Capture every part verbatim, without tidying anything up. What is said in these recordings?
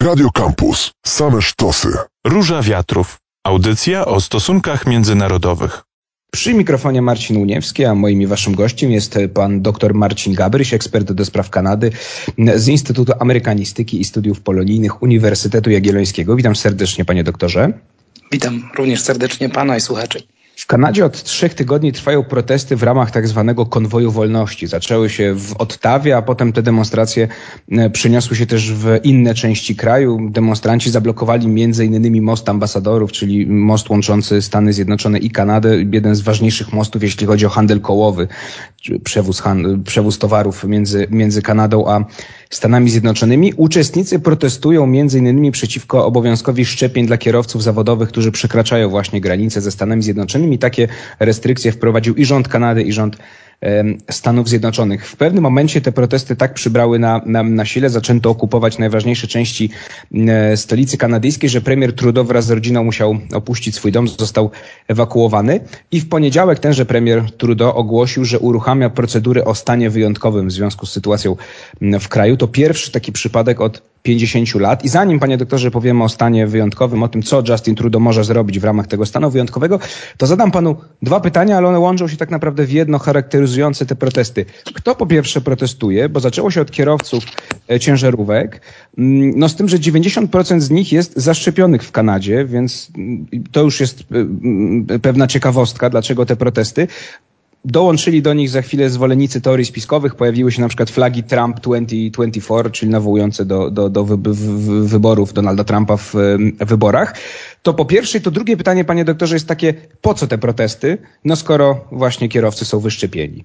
Radio Campus. Same sztosy. Róża wiatrów. Audycja o stosunkach międzynarodowych. Przy mikrofonie Marcin Uniewski, a moim i waszym gościem jest pan dr Marcin Gabryś, ekspert do spraw Kanady z Instytutu Amerykanistyki i Studiów Polonijnych Uniwersytetu Jagiellońskiego. Witam serdecznie, panie doktorze. Witam również serdecznie pana i słuchaczy. W Kanadzie od trzech tygodni trwają protesty w ramach tak zwanego konwoju wolności. Zaczęły się w Ottawie, a potem te demonstracje przeniosły się też w inne części kraju. Demonstranci zablokowali między innymi most ambasadorów, czyli most łączący Stany Zjednoczone i Kanadę. Jeden z ważniejszych mostów, jeśli chodzi o handel kołowy, przewóz, handl, przewóz towarów między, między Kanadą a Stanami Zjednoczonymi. Uczestnicy protestują między innymi przeciwko obowiązkowi szczepień dla kierowców zawodowych, którzy przekraczają właśnie granice ze Stanami Zjednoczonymi. I takie restrykcje wprowadził i rząd Kanady, i rząd e, Stanów Zjednoczonych. W pewnym momencie te protesty tak przybrały na, na, na sile, zaczęto okupować najważniejsze części e, stolicy kanadyjskiej, że premier Trudeau wraz z rodziną musiał opuścić swój dom, został ewakuowany. I w poniedziałek tenże premier Trudeau ogłosił, że uruchamia procedury o stanie wyjątkowym w związku z sytuacją w kraju. To pierwszy taki przypadek od pięćdziesięciu lat. I zanim, panie doktorze, powiemy o stanie wyjątkowym, o tym, co Justin Trudeau może zrobić w ramach tego stanu wyjątkowego, to zadam panu dwa pytania, ale one łączą się tak naprawdę w jedno, charakteryzujące te protesty. Kto po pierwsze protestuje, bo zaczęło się od kierowców e, ciężarówek, no z tym, że dziewięćdziesiąt procent z nich jest zaszczepionych w Kanadzie, więc to już jest e, pewna ciekawostka, dlaczego te protesty. Dołączyli do nich za chwilę zwolennicy teorii spiskowych. Pojawiły się na przykład flagi Trump dwa tysiące dwudziesty czwarty, czyli nawołujące do, do, do wy, wy, wyborów Donalda Trumpa w, w wyborach. To po pierwsze, to drugie pytanie, panie doktorze, jest takie, po co te protesty, no skoro właśnie kierowcy są wyszczepieni?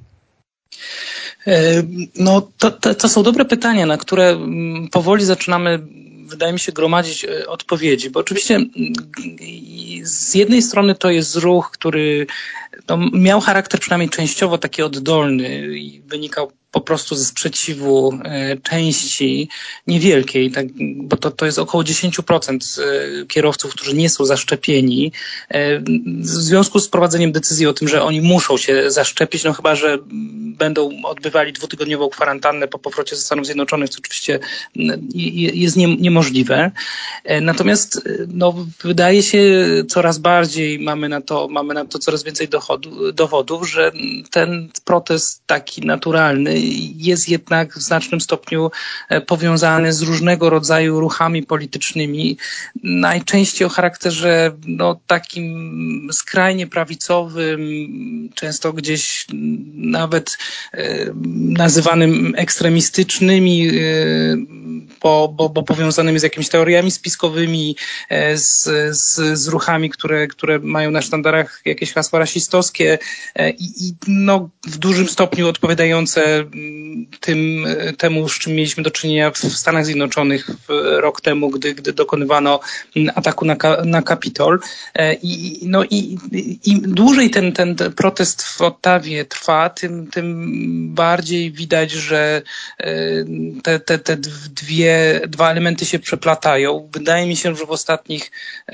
No to, to, to są dobre pytania, na które powoli zaczynamy, wydaje mi się, gromadzić odpowiedzi, bo oczywiście z jednej strony to jest ruch, który no, miał charakter przynajmniej częściowo taki oddolny i wynikał po prostu ze sprzeciwu e, części niewielkiej, tak, bo to, to jest około dziesięć procent kierowców, którzy nie są zaszczepieni, e, w związku z wprowadzeniem decyzji o tym, że oni muszą się zaszczepić, no chyba że będą odbywali dwutygodniową kwarantannę po powrocie ze Stanów Zjednoczonych, co oczywiście jest nie, niemożliwe. E, natomiast no, wydaje się coraz bardziej, mamy na to, mamy na to coraz więcej dochodu, dowodów, że ten protest taki naturalny jest jednak w znacznym stopniu powiązany z różnego rodzaju ruchami politycznymi, najczęściej o charakterze no, takim skrajnie prawicowym, często gdzieś nawet e, nazywanym ekstremistycznymi, e, bo, bo, bo powiązanymi z jakimiś teoriami spiskowymi, e, z, z, z ruchami, które, które mają na sztandarach jakieś hasła rasistowskie e, i, i no, w dużym stopniu odpowiadające tym, temu, z czym mieliśmy do czynienia w Stanach Zjednoczonych rok temu, gdy, gdy dokonywano ataku na, na Kapitol. I, no i im dłużej ten, ten protest w Ottawie trwa, tym, tym bardziej widać, że te, te, te dwie, dwa elementy się przeplatają. Wydaje mi się, że w ostatnich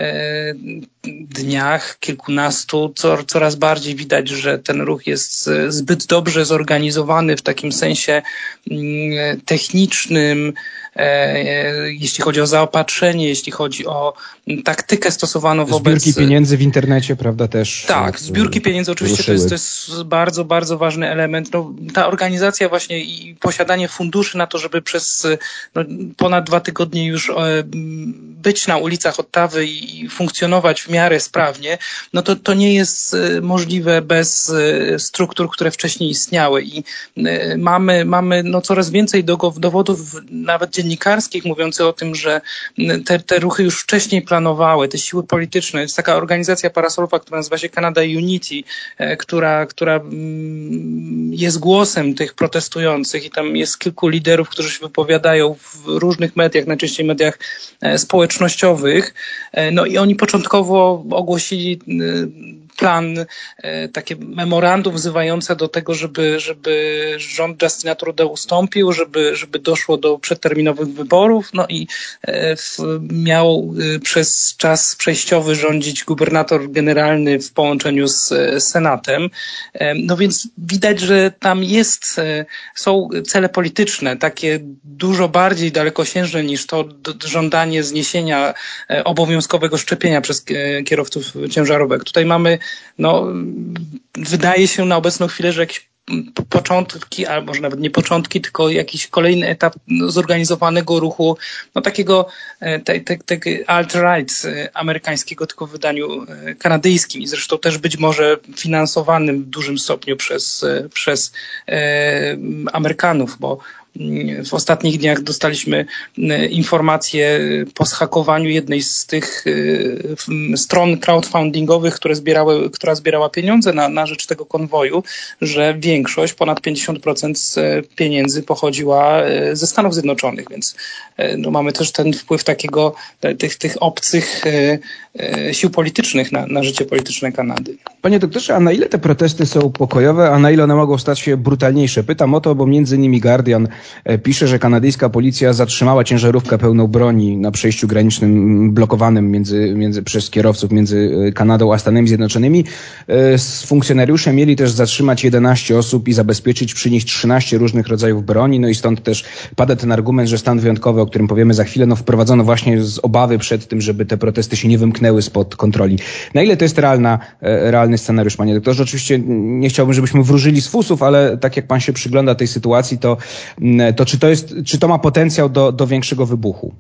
dniach, kilkunastu, coraz bardziej widać, że ten ruch jest zbyt dobrze zorganizowany w takim sensie technicznym, jeśli chodzi o zaopatrzenie, jeśli chodzi o taktykę stosowaną wobec... Zbiórki pieniędzy w internecie, prawda, też... Tak, zbiórki pieniędzy oczywiście to jest, to jest bardzo, bardzo ważny element. No, ta organizacja właśnie i posiadanie funduszy na to, żeby przez no, ponad dwa tygodnie już być na ulicach Ottawy i funkcjonować w miarę sprawnie, no to, to nie jest możliwe bez struktur, które wcześniej istniały i mamy, mamy no, coraz więcej dowodów, nawet dziennikarskich, mówiących o tym, że te, te ruchy już wcześniej planowały, te siły polityczne. Jest taka organizacja parasolowa, która nazywa się Canada Unity, która, która jest głosem tych protestujących i tam jest kilku liderów, którzy się wypowiadają w różnych mediach, najczęściej mediach społecznościowych. No i oni początkowo ogłosili plan, takie memorandum wzywające do tego, żeby, żeby rząd Justina Trudeau ustąpił, żeby, żeby doszło do przedterminowych wyborów, no i w, miał przez czas przejściowy rządzić gubernator generalny w połączeniu z Senatem. No więc widać, że tam jest, są cele polityczne, takie dużo bardziej dalekosiężne niż to żądanie zniesienia obowiązkowego szczepienia przez kierowców ciężarówek. Tutaj mamy, no, wydaje się na obecną chwilę, że jakieś początki, albo może nawet nie początki, tylko jakiś kolejny etap zorganizowanego ruchu, no takiego te, te, te alt-right amerykańskiego, tylko w wydaniu kanadyjskim i zresztą też być może finansowanym w dużym stopniu przez, przez e, Amerykanów, bo w ostatnich dniach dostaliśmy informacje po zhakowaniu jednej z tych stron crowdfundingowych, które zbierały, która zbierała pieniądze na, na rzecz tego konwoju, że większość, ponad pięćdziesiąt procent z pieniędzy pochodziła ze Stanów Zjednoczonych, więc no, mamy też ten wpływ takiego, tych, tych obcych sił politycznych na, na życie polityczne Kanady. Panie doktorze, a na ile te protesty są pokojowe, a na ile one mogą stać się brutalniejsze? Pytam o to, bo między innymi Guardian pisze, że kanadyjska policja zatrzymała ciężarówkę pełną broni na przejściu granicznym blokowanym między, między, przez kierowców między Kanadą a Stanami Zjednoczonymi. Funkcjonariusze mieli też zatrzymać jedenaście osób i zabezpieczyć przy nich trzynaście różnych rodzajów broni. No i stąd też pada ten argument, że stan wyjątkowy, o którym powiemy za chwilę, no wprowadzono właśnie z obawy przed tym, żeby te protesty się nie wymknęły spod kontroli. Na ile to jest realna, realny scenariusz, panie doktorze? Oczywiście nie chciałbym, żebyśmy wróżyli z fusów, ale tak jak pan się przygląda tej sytuacji, to to czy to jest, czy to ma potencjał do, do większego wybuchu?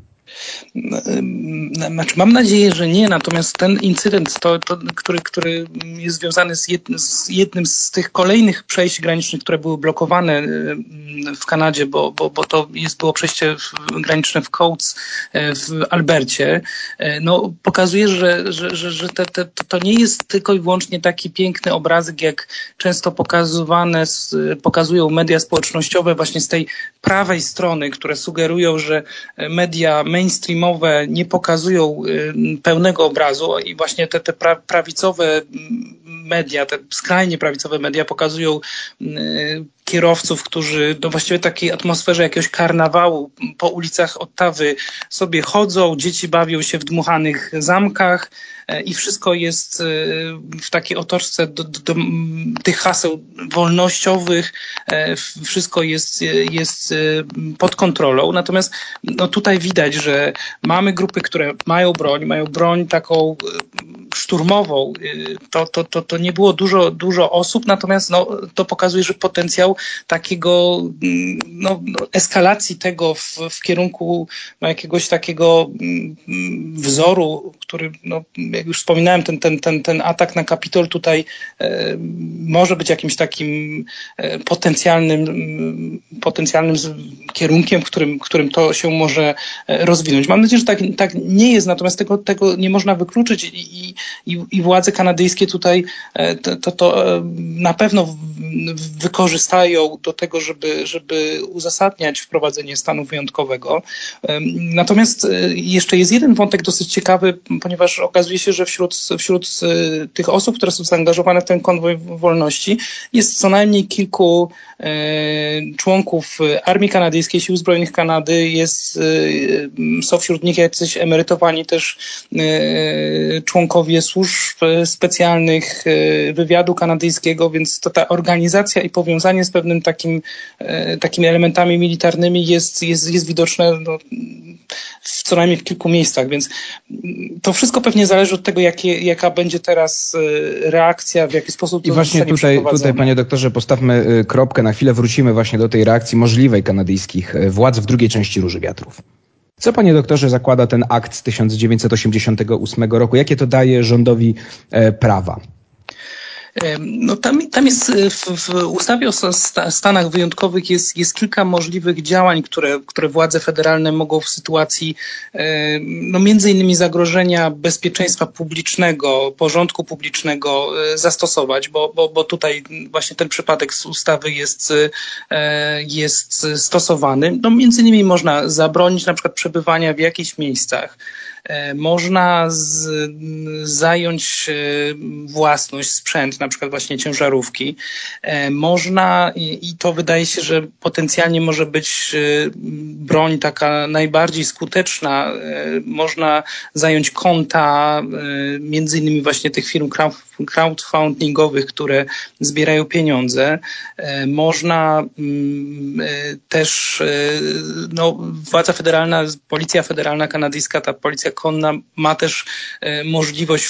Znaczy, mam nadzieję, że nie, natomiast ten incydent, to, to, który, który jest związany z, jed, z jednym z tych kolejnych przejść granicznych, które były blokowane w Kanadzie, bo, bo, bo to jest, było przejście graniczne w Coates w Albercie, no, pokazuje, że, że, że, że te, te, to nie jest tylko i wyłącznie taki piękny obrazek, jak często pokazywane, pokazują media społecznościowe właśnie z tej prawej strony, które sugerują, że media mainstreamowe nie pokazują pełnego obrazu i właśnie te, te pra, prawicowe media, te skrajnie prawicowe media pokazują kierowców, którzy no właściwie w takiej atmosferze jakiegoś karnawału po ulicach Ottawy sobie chodzą, dzieci bawią się w dmuchanych zamkach i wszystko jest w takiej otoczce do, do, do tych haseł wolnościowych, wszystko jest, jest pod kontrolą. Natomiast no tutaj widać, że mamy grupy, które mają broń, mają broń taką szturmową. To, to, to, to nie było dużo, dużo osób, natomiast no, to pokazuje, że potencjał takiego no, eskalacji tego w, w kierunku no, jakiegoś takiego wzoru, który, no, jak już wspominałem, ten, ten, ten, ten atak na Kapitol tutaj e, może być jakimś takim e, potencjalnym, potencjalnym kierunkiem, w którym, którym to się może rozwinąć. Mam nadzieję, że tak, tak nie jest, natomiast tego, tego nie można wykluczyć i, i, i władze kanadyjskie tutaj to, to, to na pewno wykorzystają do tego, żeby, żeby uzasadniać wprowadzenie stanu wyjątkowego. Natomiast jeszcze jest jeden wątek dosyć ciekawy, ponieważ okazuje się, że wśród, wśród tych osób, które są zaangażowane w ten konwoj wolności, jest co najmniej kilku członków Armii Kanadyjskiej, Sił Zbrojnych Kanady, jest, są wśród nich jacyś emerytowani też członkowie służb specjalnych, wywiadu kanadyjskiego, więc to ta organizacja i powiązanie z pewnym takim, takimi elementami militarnymi jest, jest, jest widoczne no, w co najmniej w kilku miejscach, więc to wszystko pewnie zależy od tego, jakie, jaka będzie teraz reakcja, w jaki sposób to I właśnie tutaj, tutaj, panie doktorze, postawmy kropkę, na chwilę wrócimy właśnie do tej reakcji możliwej kanadyjskich władz w drugiej części Róży Wiatrów. Co, panie doktorze, zakłada ten akt z tysiąc dziewięćset osiemdziesiątego ósmego roku? Jakie to daje rządowi e, prawa? No tam, tam jest w, w ustawie o stanach wyjątkowych jest, jest kilka możliwych działań, które, które władze federalne mogą w sytuacji no między innymi zagrożenia bezpieczeństwa publicznego, porządku publicznego zastosować, bo, bo, bo tutaj właśnie ten przypadek z ustawy jest, jest stosowany. No między innymi można zabronić na przykład przebywania w jakichś miejscach. Można z, zająć własność, sprzęt, na przykład właśnie ciężarówki. Można, i to wydaje się, że potencjalnie może być broń taka najbardziej skuteczna, można zająć konta między innymi właśnie tych firm crowdfundingowych, które zbierają pieniądze. Można też, no, władza federalna, policja federalna kanadyjska, ta policja konna ma też możliwość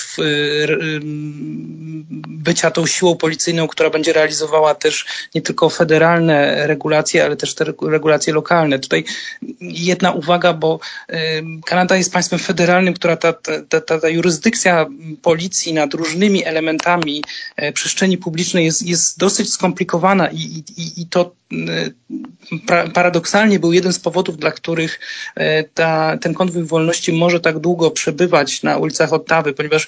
bycia tą siłą policyjną, która będzie realizowała też nie tylko federalne regulacje, ale też te regulacje lokalne. Tutaj jedna uwaga, bo Kanada jest państwem federalnym, która ta, ta, ta, ta jurysdykcja policji nad różnymi elementami przestrzeni publicznej jest, jest dosyć skomplikowana i, i, i to pra, paradoksalnie był jeden z powodów, dla których ta, ten konwój wolności może tak długo przebywać na ulicach Ottawy, ponieważ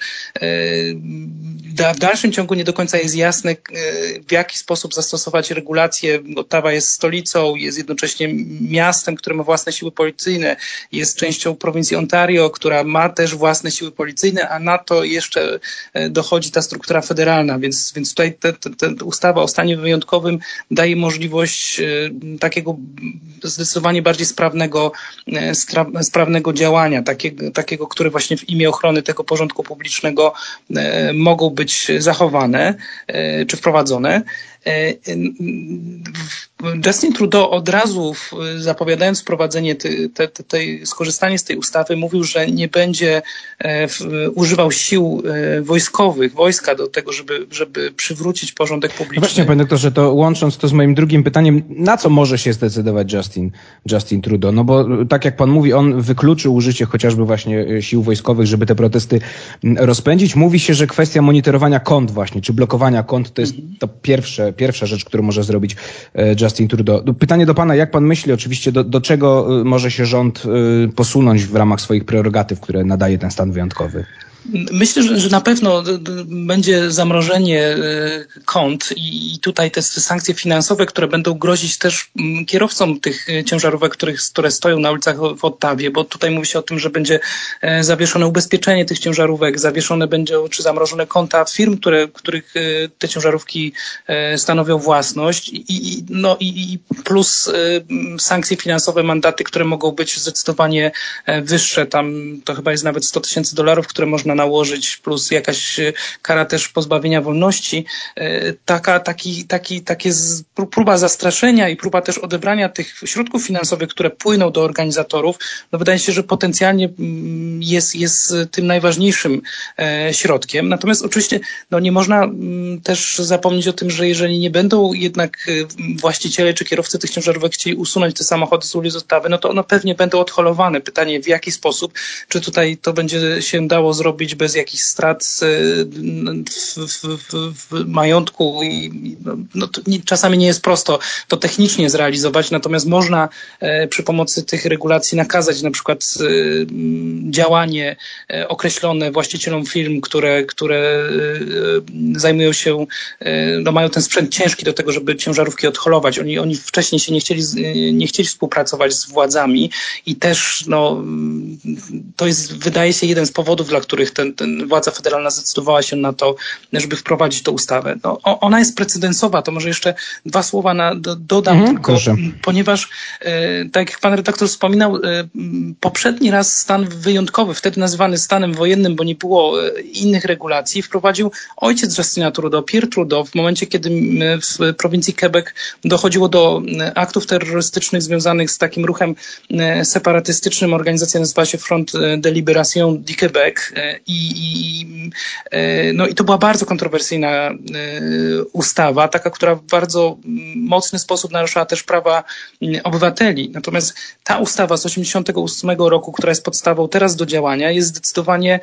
w dalszym ciągu nie do końca jest jasne, w jaki sposób zastosować regulacje. Ottawa jest stolicą, jest jednocześnie miastem, które ma własne siły policyjne, jest częścią prowincji Ontario, która ma też własne siły policyjne, a na to jeszcze dochodzi ta struktura federalna, więc, więc tutaj ta ustawa o stanie wyjątkowym daje możliwość takiego zdecydowanie bardziej sprawnego, sprawnego działania, takiego, takiego, które właśnie w imię ochrony tego porządku publicznego mogą być zachowane czy wprowadzone. Justin Trudeau od razu zapowiadając wprowadzenie tej, te, tej, skorzystanie z tej ustawy mówił, że nie będzie używał sił wojskowych, wojska do tego, żeby, żeby przywrócić porządek publiczny. No właśnie, panie doktorze, to łącząc to z moim drugim pytaniem, na co może się zdecydować Justin, Justin Trudeau? No bo tak jak pan mówi, on wykluczył użycie chociażby właśnie sił wojskowych, żeby te protesty rozpędzić. Mówi się, że kwestia monitorowania kont właśnie, czy blokowania kont to jest to pierwsze, pierwsza rzecz, którą może zrobić Justin Trudeau. Pytanie do pana, jak pan myśli oczywiście, do, do czego może się rząd posunąć w ramach swoich prerogatyw, które nadaje ten stan wyjątkowy? Myślę, że, że na pewno będzie zamrożenie kont i tutaj te sankcje finansowe, które będą grozić też kierowcom tych ciężarówek, których, które stoją na ulicach w Ottawie, bo tutaj mówi się o tym, że będzie zawieszone ubezpieczenie tych ciężarówek, zawieszone będą czy zamrożone konta firm, które, których te ciężarówki stanowią własność i, no, i plus sankcje finansowe, mandaty, które mogą być zdecydowanie wyższe. Tam to chyba jest nawet sto tysięcy dolarów, które można nałożyć, plus jakaś kara też pozbawienia wolności. Taka, taki, taki, takie próba zastraszenia i próba też odebrania tych środków finansowych, które płyną do organizatorów, no wydaje się, że potencjalnie jest, jest tym najważniejszym środkiem. Natomiast oczywiście no nie można też zapomnieć o tym, że jeżeli nie będą jednak właściciele czy kierowcy tych ciężarówek chcieli usunąć te samochody z ulic Ottawy, no to one pewnie będą odholowane. Pytanie, w jaki sposób, czy tutaj to będzie się dało zrobić bez jakichś strat w, w, w, w majątku i no, to nie, czasami nie jest prosto to technicznie zrealizować, natomiast można e, przy pomocy tych regulacji nakazać na przykład e, działanie e, określone właścicielom firm, które, które e, zajmują się, e, no mają ten sprzęt ciężki do tego, żeby ciężarówki odholować. Oni, oni wcześniej się nie chcieli, nie chcieli współpracować z władzami i też no, to jest, wydaje się, jeden z powodów, dla których ten, ten władza federalna zdecydowała się na to, żeby wprowadzić tę ustawę. No, ona jest precedensowa, to może jeszcze dwa słowa na, do, dodam, mhm, tylko, proszę. Ponieważ e, tak jak pan redaktor wspominał, e, poprzedni raz stan wyjątkowy, wtedy nazywany stanem wojennym, bo nie było e, innych regulacji, wprowadził ojciec Justina Trudeau, Pierre Trudeau, w momencie, kiedy w prowincji Quebec dochodziło do aktów terrorystycznych związanych z takim ruchem e, separatystycznym. Organizacja nazywała się Front de Libération du Québec. I, i, no i to była bardzo kontrowersyjna ustawa, taka, która w bardzo mocny sposób naruszała też prawa obywateli. Natomiast ta ustawa z osiemdziesiątego ósmego roku, która jest podstawą teraz do działania jest zdecydowanie,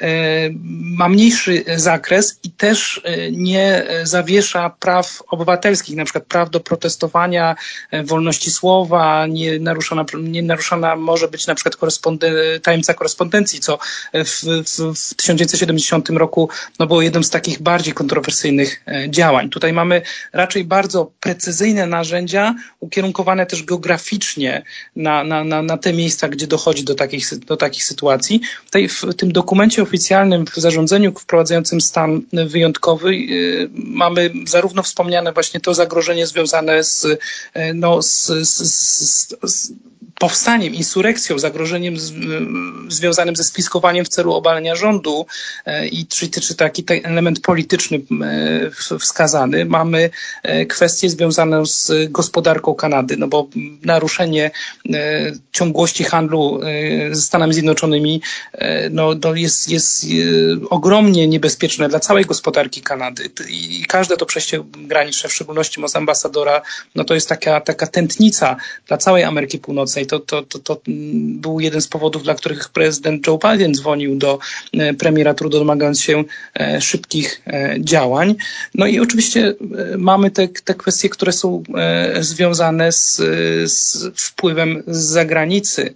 ma mniejszy zakres i też nie zawiesza praw obywatelskich, na przykład praw do protestowania, wolności słowa, nie naruszona, nie naruszana może być na przykład koresponde- tajemnica korespondencji, co w, w, w tysiąc dziewięćset siedemdziesiątym roku no, było jednym z takich bardziej kontrowersyjnych działań. Tutaj mamy raczej bardzo precyzyjne narzędzia, ukierunkowane też geograficznie na, na, na, na te miejsca, gdzie dochodzi do takich, do takich sytuacji. Tutaj w tym dokumencie oficjalnym, w zarządzeniu wprowadzającym stan wyjątkowy yy, mamy zarówno wspomniane właśnie to zagrożenie związane z, yy, no, z, z, z, z powstaniem, insurekcją, zagrożeniem z, y, związanym ze spiskowaniem w celu obalenia rządu y, i czy, czy taki te element polityczny y, wskazany. Mamy y, kwestie związane z gospodarką Kanady, no bo naruszenie y, ciągłości handlu y, ze Stanami Zjednoczonymi y, no, no jest, jest y, ogromnie niebezpieczne dla całej gospodarki Kanady i, i każde to przejście graniczne, w szczególności moc ambasadora, no to jest taka, taka tętnica dla całej Ameryki Północnej. To, to, to, to był jeden z powodów, dla których prezydent Joe Biden dzwonił do premiera Trudeau, domagając się szybkich działań. No i oczywiście mamy te, te kwestie, które są związane z, z wpływem z zagranicy.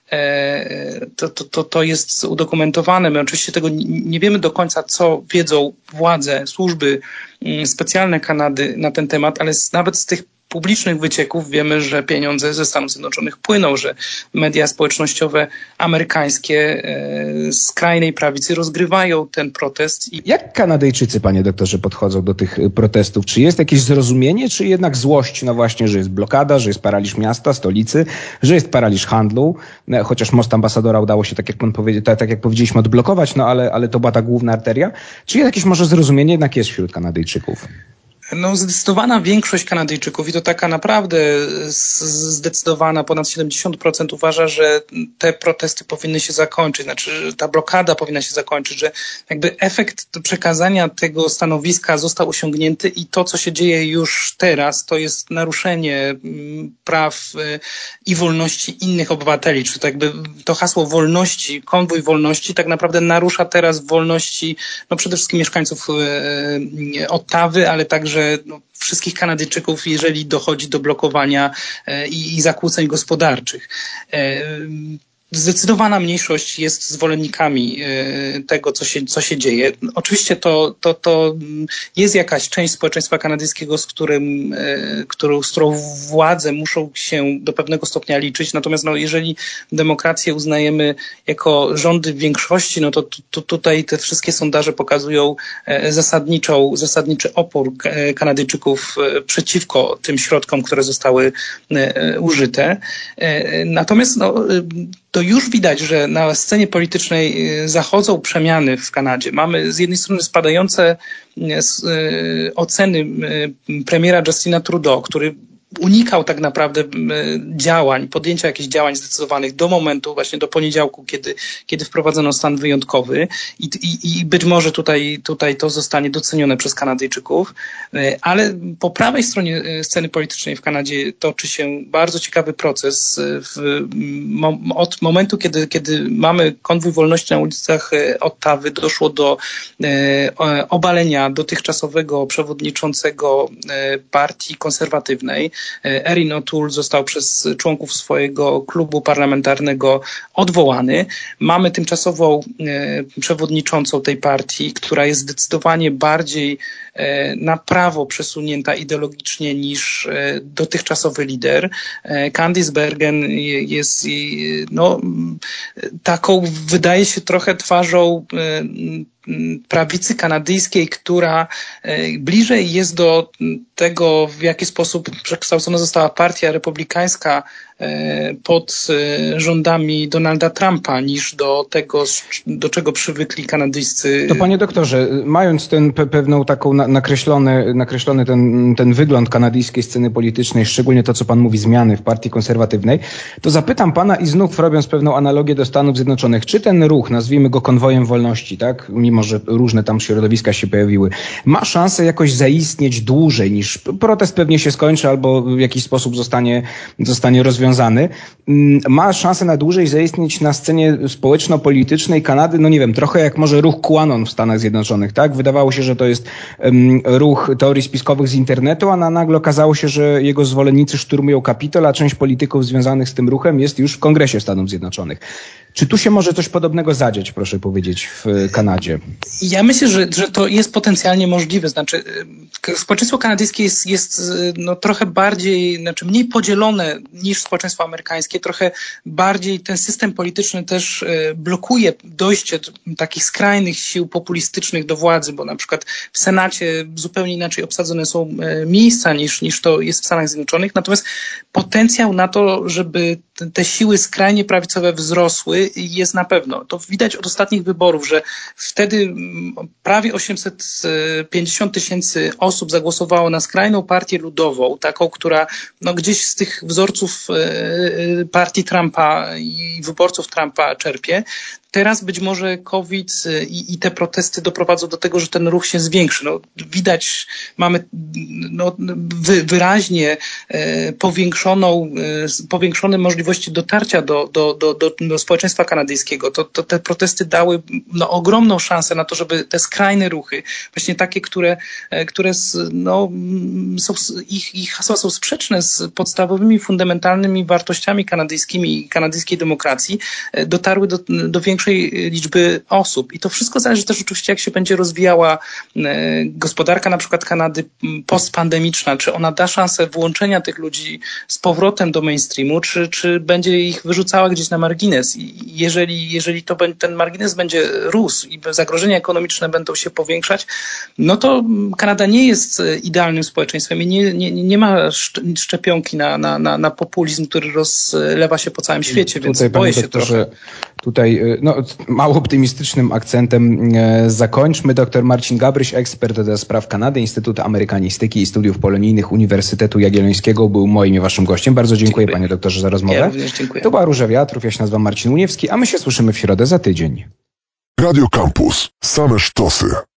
To, to, to, to jest udokumentowane. My oczywiście tego nie wiemy do końca, co wiedzą władze, służby specjalne Kanady na ten temat, ale nawet z tych publicznych wycieków wiemy, że pieniądze ze Stanów Zjednoczonych płyną, że media społecznościowe amerykańskie e, skrajnej prawicy rozgrywają ten protest. I... Jak Kanadyjczycy, panie doktorze, podchodzą do tych protestów? Czy jest jakieś zrozumienie, czy jednak złość, no właśnie, że jest blokada, że jest paraliż miasta, stolicy, że jest paraliż handlu, chociaż most ambasadora udało się, tak jak pan powiedział, tak, tak jak powiedzieliśmy, odblokować, no ale, ale to była ta główna arteria. Czy jakieś może zrozumienie jednak jest wśród Kanadyjczyków? No, zdecydowana większość Kanadyjczyków i to taka naprawdę zdecydowana, ponad siedemdziesiąt procent uważa, że te protesty powinny się zakończyć, znaczy, że ta blokada powinna się zakończyć, że jakby efekt przekazania tego stanowiska został osiągnięty i to, co się dzieje już teraz, to jest naruszenie praw i wolności innych obywateli, czy to jakby to hasło wolności, konwój wolności tak naprawdę narusza teraz wolności, no przede wszystkim mieszkańców Ottawy, ale także że no, wszystkich Kanadyjczyków, jeżeli dochodzi do blokowania e, i, i zakłóceń gospodarczych. E, Zdecydowana mniejszość jest zwolennikami tego, co się, co się dzieje. Oczywiście to, to, to jest jakaś część społeczeństwa kanadyjskiego, z, którym, którą, z którą władze muszą się do pewnego stopnia liczyć. Natomiast no, jeżeli demokrację uznajemy jako rządy w większości, no to, to tutaj te wszystkie sondaże pokazują zasadniczą, zasadniczy opór Kanadyjczyków przeciwko tym środkom, które zostały użyte. Natomiast no, to już widać, że na scenie politycznej zachodzą przemiany w Kanadzie. Mamy z jednej strony spadające oceny premiera Justina Trudeau, który unikał tak naprawdę działań, podjęcia jakichś działań zdecydowanych do momentu, właśnie do poniedziałku, kiedy, kiedy wprowadzono stan wyjątkowy i, i, i być może tutaj, tutaj to zostanie docenione przez Kanadyjczyków, ale po prawej stronie sceny politycznej w Kanadzie toczy się bardzo ciekawy proces. W, od momentu, kiedy, kiedy mamy konwój wolności na ulicach Ottawy, doszło do obalenia dotychczasowego przewodniczącego partii konserwatywnej. Erin O'Toole został przez członków swojego klubu parlamentarnego odwołany. Mamy tymczasową e, przewodniczącą tej partii, która jest zdecydowanie bardziej e, na prawo przesunięta ideologicznie niż e, dotychczasowy lider. E, Candice Bergen jest no, taką, wydaje się, trochę twarzą e, prawicy kanadyjskiej, która bliżej jest do tego, w jaki sposób przekształcona została partia republikańska pod rządami Donalda Trumpa, niż do tego, do czego przywykli kanadyjscy. To panie doktorze, mając ten pe- pewną taką na- nakreślony, nakreślony ten, ten wygląd kanadyjskiej sceny politycznej, szczególnie to, co pan mówi, zmiany w partii konserwatywnej, to zapytam pana i znów robiąc pewną analogię do Stanów Zjednoczonych, czy ten ruch, nazwijmy go konwojem wolności, tak, mimo że różne tam środowiska się pojawiły, ma szansę jakoś zaistnieć dłużej niż protest pewnie się skończy albo w jakiś sposób zostanie, zostanie rozwiązany związany, ma szansę na dłużej zaistnieć na scenie społeczno-politycznej Kanady, no nie wiem, trochę jak może ruch QAnon w Stanach Zjednoczonych, tak? Wydawało się, że to jest um, ruch teorii spiskowych z internetu, a na nagle okazało się, że jego zwolennicy szturmują Kapitol, a część polityków związanych z tym ruchem jest już w Kongresie Stanów Zjednoczonych. Czy tu się może coś podobnego zadziać, proszę powiedzieć, w Kanadzie? Ja myślę, że, że to jest potencjalnie możliwe. Znaczy, społeczeństwo kanadyjskie jest, jest no, trochę bardziej, znaczy mniej podzielone niż społeczeństwo amerykańskie. Trochę bardziej ten system polityczny też blokuje dojście takich skrajnych sił populistycznych do władzy, bo na przykład w Senacie zupełnie inaczej obsadzone są miejsca niż, niż to jest w Stanach Zjednoczonych. Natomiast potencjał na to, żeby te siły skrajnie prawicowe wzrosły, jest na pewno. To widać od ostatnich wyborów, że wtedy prawie osiemset pięćdziesiąt tysięcy osób zagłosowało na skrajną partię ludową, taką, która no, gdzieś z tych wzorców partii Trumpa i wyborców Trumpa czerpie. Teraz być może COVID i, i te protesty doprowadzą do tego, że ten ruch się zwiększy. No, widać, mamy no, wy, wyraźnie e, powiększoną, e, powiększone możliwości dotarcia do, do, do, do, do społeczeństwa kanadyjskiego. To, to te protesty dały no, ogromną szansę na to, żeby te skrajne ruchy, właśnie takie, które, e, które no, są, ich, ich hasła są sprzeczne z podstawowymi, fundamentalnymi wartościami kanadyjskimi i kanadyjskiej demokracji, e, dotarły do, do większej liczby osób. I to wszystko zależy też oczywiście, jak się będzie rozwijała gospodarka na przykład Kanady postpandemiczna, czy ona da szansę włączenia tych ludzi z powrotem do mainstreamu, czy, czy będzie ich wyrzucała gdzieś na margines. I jeżeli, jeżeli to, ten margines będzie rósł i zagrożenia ekonomiczne będą się powiększać, no to Kanada nie jest idealnym społeczeństwem i nie, nie, nie ma szczepionki na, na, na, na populizm, który rozlewa się po całym świecie, więc tutaj, boję się doktorze, trochę. Tutaj no, mało optymistycznym akcentem e, zakończmy. Doktor Marcin Gabryś, ekspert do spraw Kanady, Instytut Amerykanistyki i Studiów Polonijnych Uniwersytetu Jagiellońskiego, był moim i waszym gościem. Bardzo dziękuję, dziękuję. Panie doktorze, za rozmowę. Ja również dziękuję. To była Róża Wiatrów, ja się nazywam Marcin Uniewski, a my się słyszymy w środę za tydzień. Radio Campus. Same sztosy.